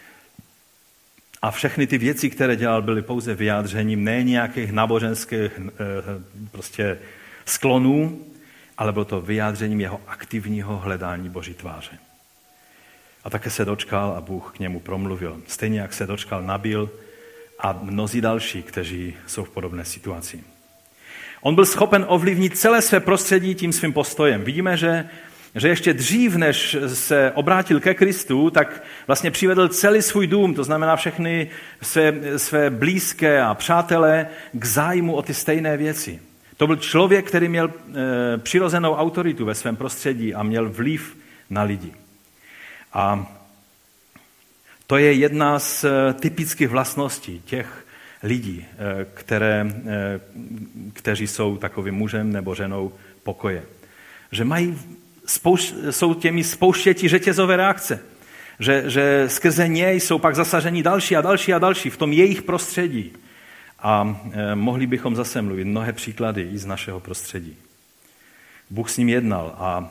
A všechny ty věci, které dělal, byly pouze vyjádřením ne nějakých náboženských eh, prostě sklonů, ale bylo to vyjádřením jeho aktivního hledání Boží tváře. A také se dočkal a Bůh k němu promluvil. Stejně jak se dočkal Nabil a mnozí další, kteří jsou v podobné situaci. On byl schopen ovlivnit celé své prostředí tím svým postojem. Vidíme, že, že ještě dřív, než se obrátil ke Kristu, tak vlastně přivedl celý svůj dům, to znamená všechny své, své blízké a přátelé k zájmu o ty stejné věci. To byl člověk, který měl e, přirozenou autoritu ve svém prostředí a měl vliv na lidi. A to je jedna z typických vlastností těch lidí, které, kteří jsou takovým mužem nebo ženou pokoje. Že mají spouš- jsou těmi spouštěti řetězové reakce. Že, že skrze něj jsou pak zasaženi další a další a další v tom jejich prostředí. A e, mohli bychom zase mluvit mnohé příklady i z našeho prostředí. Bůh s ním jednal a,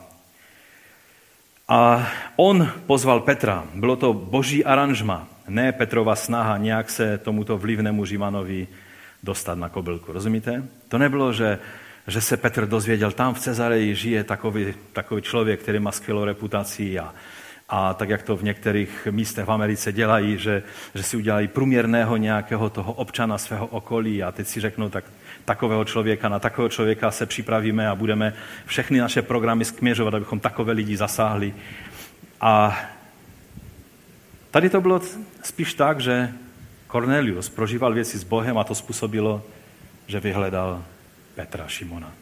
a on pozval Petra. Bylo to boží aranžma, ne Petrova snaha nějak se tomuto vlivnému Římanovi dostat na kobylku. Rozumíte? To nebylo, že, že se Petr dozvěděl, tam v Cezareji žije takový, takový člověk, který má skvělou reputaci a A tak, jak to v některých místech v Americe dělají, že, že si udělají průměrného nějakého toho občana svého okolí a teď si řeknou, tak takového člověka, na takového člověka se připravíme a budeme všechny naše programy skměřovat, abychom takové lidi zasáhli. A tady to bylo spíš tak, že Kornelius prožíval věci s Bohem a to způsobilo, že vyhledal Petra, Šimona.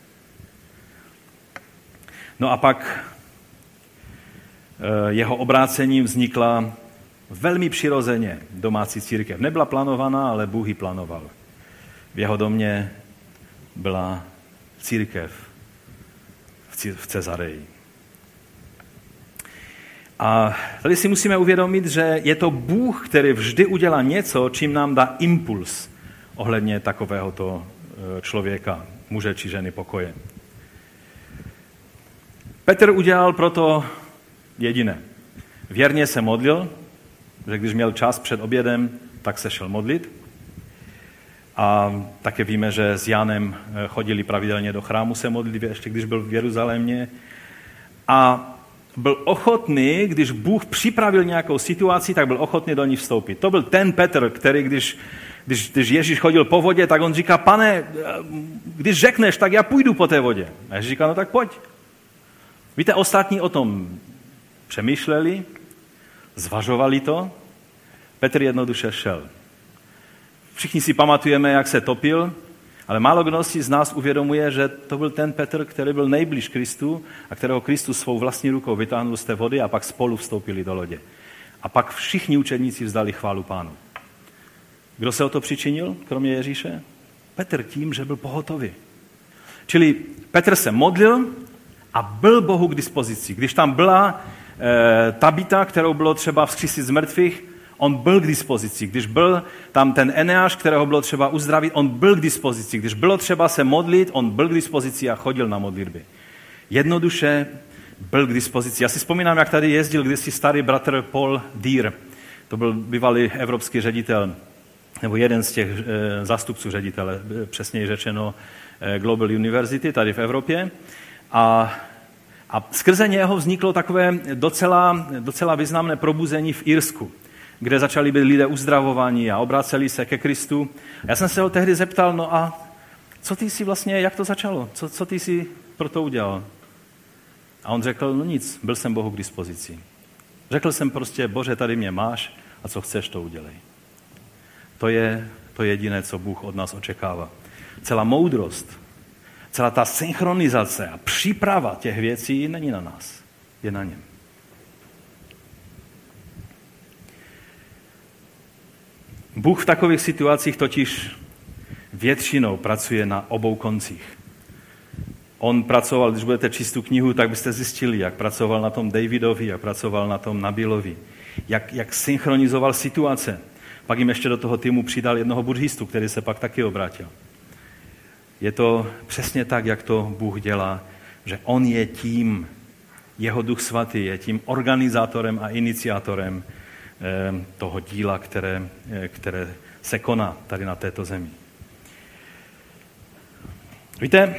No a pak jeho obrácením vznikla velmi přirozeně domácí církev. Nebyla plánovaná, ale Bůh ji plánoval. V jeho domě byla církev v Cezareji. A tady si musíme uvědomit, že je to Bůh, který vždy udělá něco, čím nám dá impuls ohledně takovéhoto člověka, muže či ženy pokoje. Petr udělal proto jediné. Věrně se modlil, že když měl čas před obědem, tak se šel modlit. A také víme, že s Janem chodili pravidelně do chrámu se modlit, ještě když byl v Jeruzalémě. A byl ochotný, když Bůh připravil nějakou situaci, tak byl ochotný do ní vstoupit. To byl ten Petr, který když, když, když Ježíš chodil po vodě, tak on říká, pane, když řekneš, tak já půjdu po té vodě. A Ježíš říká, no tak pojď. Víte, ostatní o tom přemýšleli, zvažovali to, Petr jednoduše šel. Všichni si pamatujeme, jak se topil, ale málo kdo si z nás uvědomuje, že to byl ten Petr, který byl nejblíž Kristu a kterého Kristus svou vlastní rukou vytáhnul z té vody a pak spolu vstoupili do lodě. A pak všichni učedníci vzdali chválu Pánu. Kdo se o to přičinil, kromě Ježíše? Petr tím, že byl pohotový. Čili Petr se modlil a byl Bohu k dispozici. Když tam byla e, Tabita, kterou bylo třeba vzkřísit z mrtvých, on byl k dispozici. Když byl tam ten Eneáš, kterého bylo třeba uzdravit, on byl k dispozici. Když bylo třeba se modlit, on byl k dispozici a chodil na modlitby. Jednoduše byl k dispozici. Já si vzpomínám, jak tady jezdil kdysi starý bratr Paul Deere. To byl bývalý evropský ředitel, nebo jeden z těch e, zástupců ředitele, přesněji řečeno e, Global University tady v Evropě. A, a skrze něho vzniklo takové docela, docela významné probuzení v Irsku, kde začali být lidé uzdravováni a obraceli se ke Kristu. Já jsem se ho tehdy zeptal, no a co ty jsi vlastně, jak to začalo? Co, co ty jsi pro to udělal? A on řekl, no nic, byl jsem Bohu k dispozici. Řekl jsem prostě, Bože, tady mě máš a co chceš, to udělej. To je to jediné, co Bůh od nás očekává. Celá moudrost, celá ta synchronizace a příprava těch věcí není na nás, je na něm. Bůh v takových situacích totiž většinou pracuje na obou koncích. On pracoval, když budete číst tu knihu, tak byste zjistili, jak pracoval na tom Davidovi, jak pracoval na tom Nabilovi, jak, jak synchronizoval situace. Pak jim ještě do toho týmu přidal jednoho buddhistu, který se pak taky obrátil. Je to přesně tak, jak to Bůh dělá, že on je tím, jeho Duch Svatý je tím organizátorem a iniciátorem toho díla, které, které se koná tady na této zemi. Víte,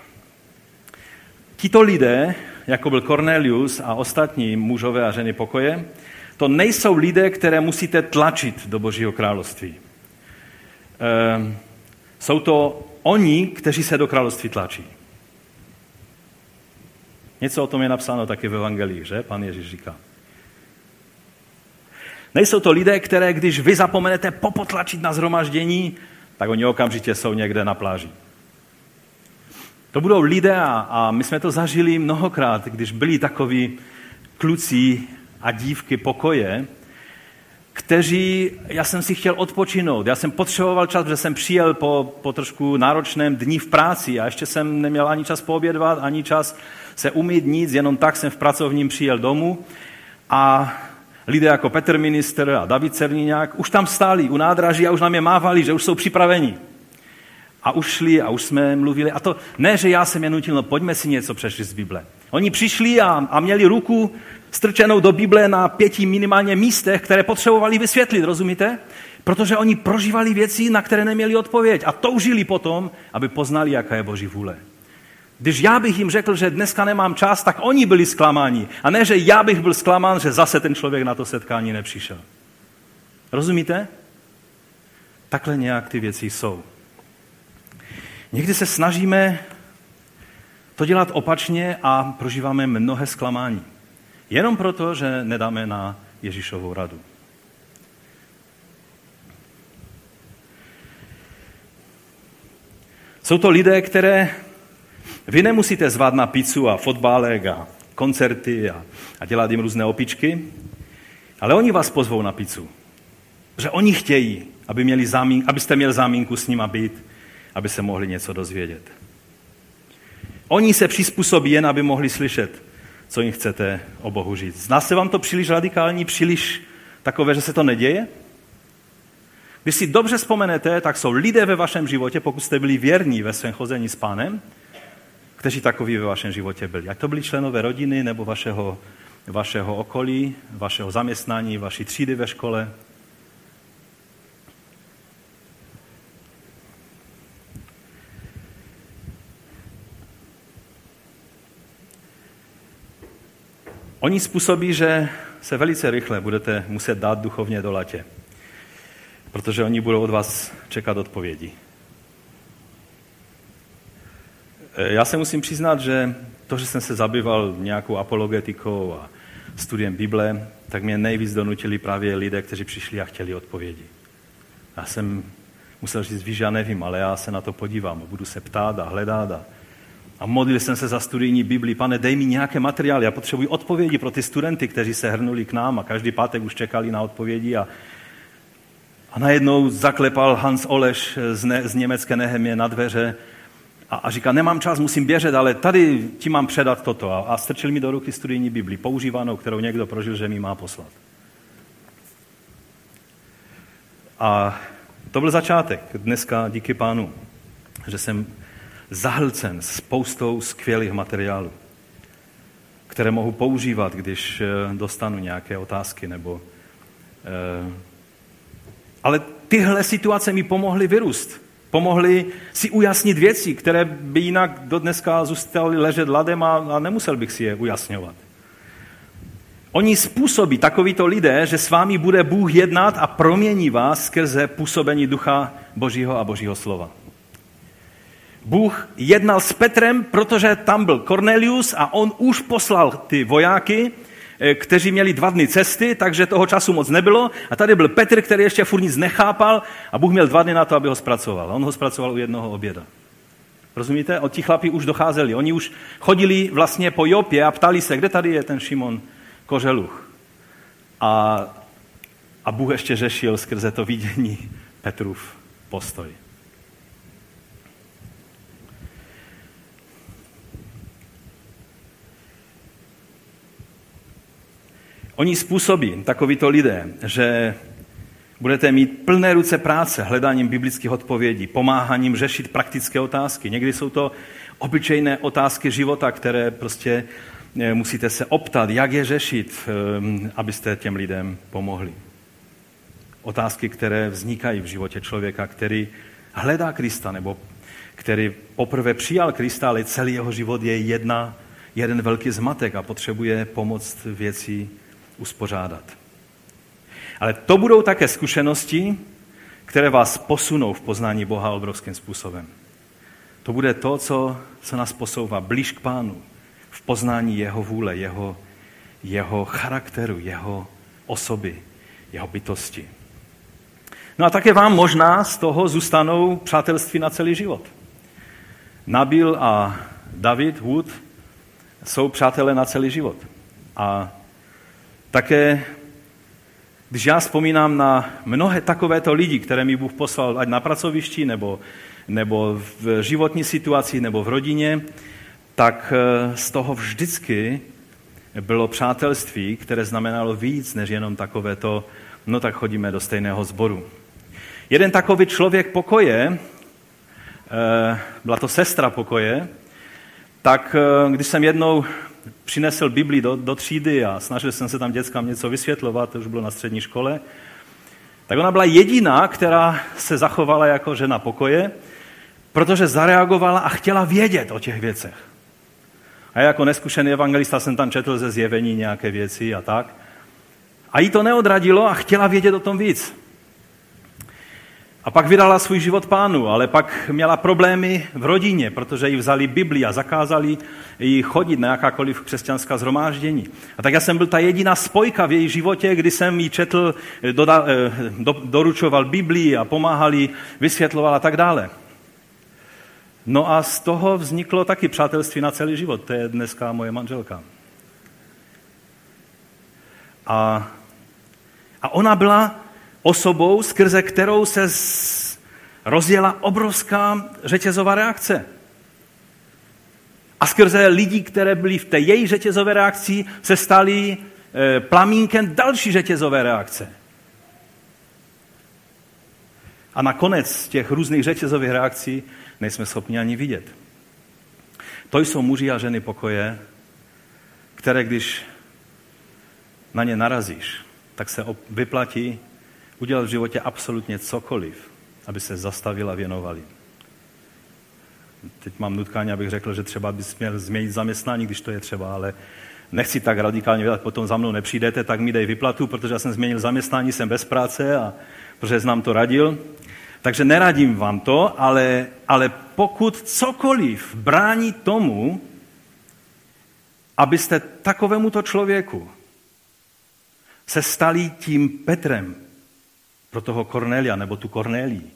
tito lidé, jako byl Cornelius a ostatní mužové a ženy pokoje, to nejsou lidé, které musíte tlačit do Božího království. E, jsou to oni, kteří se do království tlačí. Něco o tom je napsáno taky v evangelii, že? Pan Ježíš říká. Nejsou to lidé, které, když vy zapomenete popotlačit na shromaždění, tak oni okamžitě jsou někde na pláži. To budou lidé, a, a my jsme to zažili mnohokrát, když byli takoví kluci a dívky pokoje, kteří, já jsem si chtěl odpočinout, já jsem potřeboval čas, protože jsem přijel po, po trošku náročném dní v práci a ještě jsem neměl ani čas poobědvat, ani čas se umýt, nic, jenom tak jsem v pracovním přijel domů a lidé jako Petr ministr a David Cerníňák už tam stáli u nádraží a už nám je mávali, že už jsou připraveni. A už šli a už jsme mluvili. A to ne, že já jsem je nutil, no pojďme si něco přečíst z Bible. Oni přišli a, a měli ruku strčenou do Bible na pěti minimálně místech, které potřebovali vysvětlit, rozumíte? Protože oni prožívali věci, na které neměli odpověď a toužili potom, aby poznali, jaká je Boží vůle. Když já bych jim řekl, že dneska nemám čas, tak oni byli zklamáni. A ne, že já bych byl zklamán, že zase ten člověk na to setkání nepřišel. Rozumíte? Takhle nějak ty věci jsou. Někdy se snažíme to dělat opačně a prožíváme mnohé zklamání. Jenom proto, že nedáme na Ježíšovu radu. Jsou to lidé, které vy nemusíte zvát na pizzu a fotbálek a koncerty a, a dělat jim různé opičky, ale oni vás pozvou na pizzu. Že oni chtějí, aby měli zámín, abyste měli zámínku s nima být, aby se mohli něco dozvědět. Oni se přizpůsobí jen, aby mohli slyšet, co jim chcete o Bohu říct. Zdá se vám to příliš radikální, příliš takové, že se to neděje? Když si dobře vzpomenete, tak jsou lidé ve vašem životě, pokud jste byli věrní ve svém chození s Pánem, kteří takoví ve vašem životě byli. Ať to byli členové rodiny nebo vašeho, vašeho okolí, vašeho zaměstnání, vaší třídy ve škole. Oni způsobí, že se velice rychle budete muset dát duchovně do latě, protože oni budou od vás čekat odpovědi. Já se musím přiznat, že to, že jsem se zabýval nějakou apologetikou a studiem Bible, tak mě nejvíc donutili právě lidé, kteří přišli a chtěli odpovědi. Já jsem musel říct, víš, já nevím, ale já se na to podívám, budu se ptát a hledat a A modlil jsem se za studijní Bibli. Pane, dej mi nějaké materiály. Já potřebuji odpovědi pro ty studenty, kteří se hrnuli k nám a každý pátek už čekali na odpovědi. A, a najednou zaklepal Hans Oleš z, ne, z německé Nehemie na dveře a, a říká, nemám čas, musím běžet, ale tady ti mám předat toto. A, a strčil mi do ruky studijní Bibli, používanou, kterou někdo prožil, že mi má poslat. A to byl začátek. Dneska díky Pánu, že jsem zahlcen spoustou skvělých materiálů, které mohu používat, když dostanu nějaké otázky. Nebo, eh, ale tyhle situace mi pomohly vyrůst. Pomohly si ujasnit věci, které by jinak do dneska zůstaly ležet ladem a, a nemusel bych si je ujasňovat. Oni způsobí, takovýto lidé, že s vámi bude Bůh jednat a promění vás skrze působení Ducha Božího a Božího slova. Bůh jednal s Petrem, protože tam byl Kornelius a on už poslal ty vojáky, kteří měli dva dny cesty, takže toho času moc nebylo. A tady byl Petr, který ještě furt nic nechápal a Bůh měl dva dny na to, aby ho zpracoval. A on ho zpracoval u jednoho oběda. Rozumíte? Od ti chlapi už docházeli. Oni už chodili vlastně po Jopě a ptali se, kde tady je ten Šimon Koželuch. A, a Bůh ještě řešil skrze to vidění Petrův postoj. Oni způsobí, takovýto lidé, že budete mít plné ruce práce hledáním biblických odpovědí, pomáháním řešit praktické otázky. Někdy jsou to obyčejné otázky života, které prostě musíte se optat, jak je řešit, abyste těm lidem pomohli. Otázky, které vznikají v životě člověka, který hledá Krista, nebo který poprvé přijal Krista, ale celý jeho život je jedna, jeden velký zmatek a potřebuje pomoct věci uspořádat. Ale to budou také zkušenosti, které vás posunou v poznání Boha obrovským způsobem. To bude to, co, co nás posouvá blíž k Pánu, v poznání jeho vůle, jeho, jeho charakteru, jeho osoby, jeho bytosti. No a také vám možná z toho zůstanou přátelství na celý život. Nabil a David Wood jsou přátelé na celý život. A Také, když já vzpomínám na mnohé takovéto lidi, které mi Bůh poslal, ať na pracovišti, nebo, nebo v životní situaci, nebo v rodině, tak z toho vždycky bylo přátelství, které znamenalo víc, než jenom takovéto, no tak chodíme do stejného sboru. Jeden takový člověk pokoje, byla to sestra pokoje, tak když jsem jednou přinesl Bibli do, do třídy a snažil jsem se tam dětskám něco vysvětlovat, to už bylo na střední škole, tak ona byla jediná, která se zachovala jako žena pokoje, protože zareagovala a chtěla vědět o těch věcech. A jako neskušený evangelista jsem tam četl ze Zjevení nějaké věci a tak. A jí to neodradilo a chtěla vědět o tom víc. A pak vydala svůj život Pánu, ale pak měla problémy v rodině, protože jí vzali Bibli a zakázali jí chodit na jakákoliv křesťanská shromáždění. A tak já jsem byl ta jediná spojka v její životě, kdy jsem jí četl, doda, do, doručoval Bibli a pomáhal jí, vysvětloval a tak dále. No a z toho vzniklo taky přátelství na celý život. To je dneska moje manželka. A, a ona byla osobou, skrze kterou se rozjela obrovská řetězová reakce. A skrze lidí, které byli v té její řetězové reakci, se stali e, plamínkem další řetězové reakce. A nakonec těch různých řetězových reakcí nejsme schopni ani vidět. To jsou muži a ženy pokoje, které když na ně narazíš, tak se vyplatí udělat v životě absolutně cokoliv, aby se zastavil a věnovali. Teď mám nutkání, abych řekl, že třeba bys měl změnit zaměstnání, když to je třeba, ale nechci tak radikálně vědět, potom za mnou nepřijdete, tak mi dej vyplatu, protože já jsem změnil zaměstnání, jsem bez práce a protože znám to radil. Takže neradím vám to, ale, ale pokud cokoliv brání tomu, abyste takovémuto člověku se stali tím Petrem pro toho Kornélia nebo tu Kornélii,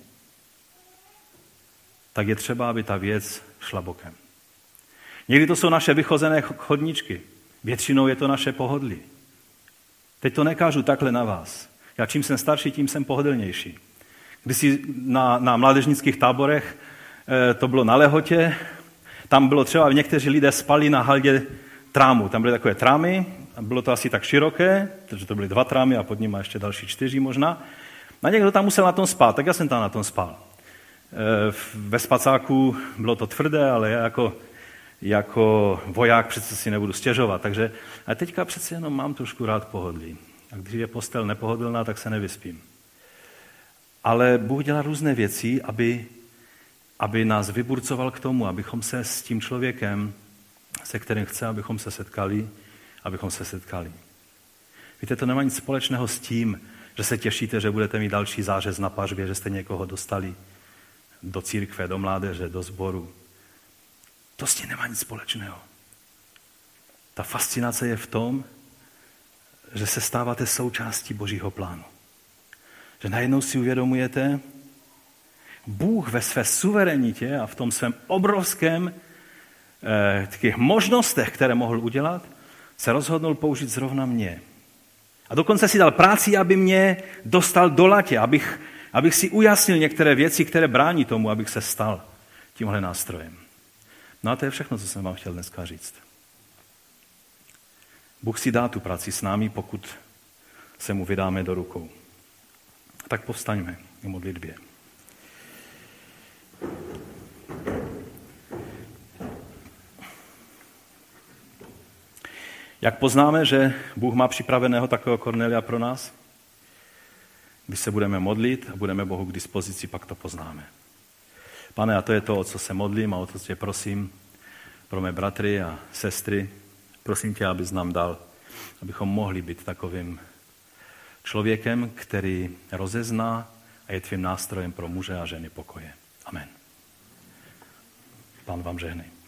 tak je třeba, aby ta věc šla bokem. Někdy to jsou naše vychozené chodníčky, většinou je to naše pohodlí. Teď to nekážu takhle na vás. Já čím jsem starší, tím jsem pohodlnější. Když si na, na mládežnických táborech, to bylo na Lehotě, tam bylo třeba, někteří lidé spali na haldě trámu. Tam byly takové trámy, a bylo to asi tak široké, takže to byly dva trámy a pod nimi ještě další čtyři možná. A někdo tam musel na tom spát, tak já jsem tam na tom spal. Ve spacáku bylo to tvrdé, ale já jako, jako voják přece si nebudu stěžovat. Takže, a teďka přece jenom mám trošku rád pohodlí. A když je postel nepohodlná, tak se nevyspím. Ale Bůh dělá různé věci, aby, aby nás vyburcoval k tomu, abychom se s tím člověkem, se kterým chce, abychom se setkali, abychom se setkali. Víte, to nemá nic společného s tím, že se těšíte, že budete mít další zářez na pařbě, že jste někoho dostali do církve, do mládeže, do sboru. To s tím nemá nic společného. Ta fascinace je v tom, že se stáváte součástí Božího plánu. Že najednou si uvědomujete, Bůh ve své suverenitě a v tom svém obrovském eh, těch možnostech, které mohl udělat, se rozhodnul použít zrovna mě. A dokonce si dal práci, aby mě dostal do latě, abych, abych si ujasnil některé věci, které brání tomu, abych se stal tímhle nástrojem. No a to je všechno, co jsem vám chtěl dneska říct. Bůh si dá tu práci s námi, pokud se mu vydáme do rukou. Tak povstaňme k modlitbě. Jak poznáme, že Bůh má připraveného takového Kornélia pro nás? Když se budeme modlit a budeme Bohu k dispozici, pak to poznáme. Pane, a to je to, o co se modlím a o co tě prosím pro mé bratry a sestry. Prosím tě, abys nám dal, abychom mohli být takovým člověkem, který rozezná a je tvým nástrojem pro muže a ženy pokoje. Amen. Pán vám žehnej.